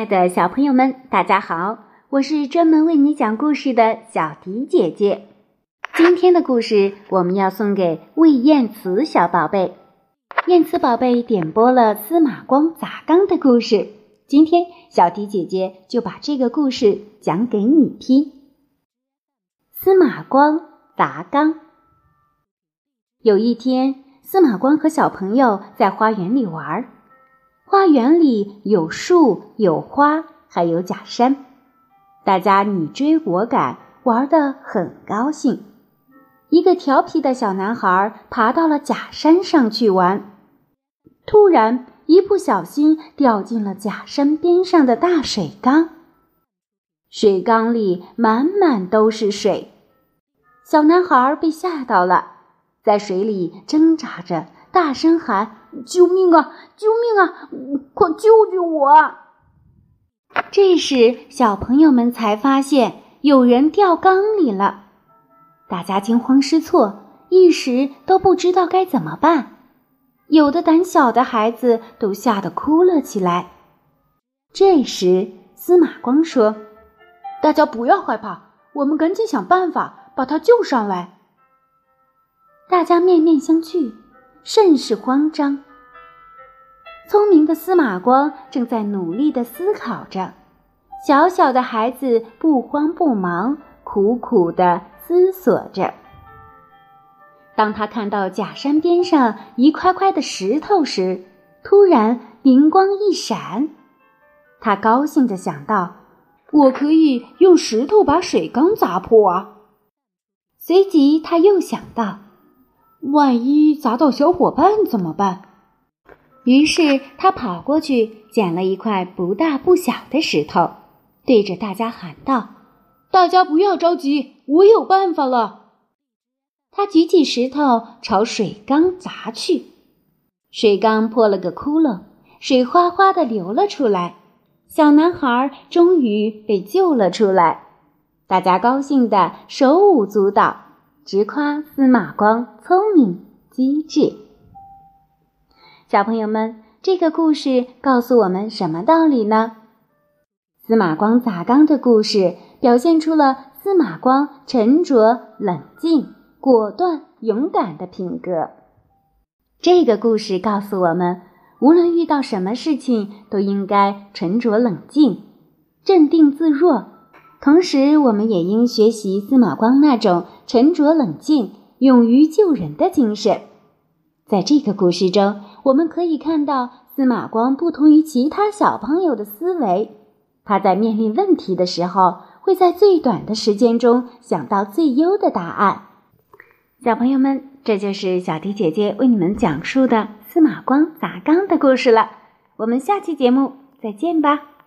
的小朋友们，大家好，我是专门为你讲故事的小迪姐姐。今天的故事我们要送给魏燕慈小宝贝。燕慈宝贝点播了司马光砸缸的故事，今天小迪姐姐就把这个故事讲给你听。司马光砸缸。有一天，司马光和小朋友在花园里玩，花园里有树有花还有假山，大家你追我赶，玩得很高兴。一个调皮的小男孩爬到了假山上去玩，突然一不小心掉进了假山边上的大水缸，水缸里满满都是水，小男孩被吓到了，在水里挣扎着，大声喊：救命啊！救命啊！快救救我！这时小朋友们才发现有人掉缸里了，大家惊慌失措，一时都不知道该怎么办，有的胆小的孩子都吓得哭了起来。这时司马光说：大家不要害怕，我们赶紧想办法把他救上来。大家面面相觑，甚是慌张。聪明的司马光正在努力地思考着，小小的孩子不慌不忙，苦苦地思索着。当他看到假山边上一块块的石头时，突然灵光一闪，他高兴地想到：我可以用石头把水缸砸破啊！随即他又想到，万一砸到小伙伴怎么办？于是他跑过去捡了一块不大不小的石头，对着大家喊道：大家不要着急，我有办法了。他举起石头朝水缸砸去，水缸破了个窟窿，水哗哗地流了出来，小男孩终于被救了出来。大家高兴得手舞足蹈，直夸司马光聪明机智。小朋友们，这个故事告诉我们什么道理呢？司马光砸缸的故事表现出了司马光沉着冷静、果断勇敢的品格。这个故事告诉我们，无论遇到什么事情都应该沉着冷静、镇定自若，同时我们也应学习司马光那种沉着冷静、勇于救人的精神。在这个故事中，我们可以看到司马光不同于其他小朋友的思维，他在面临问题的时候，会在最短的时间中想到最优的答案。小朋友们，这就是小迪姐姐为你们讲述的司马光砸缸的故事了。我们下期节目再见吧。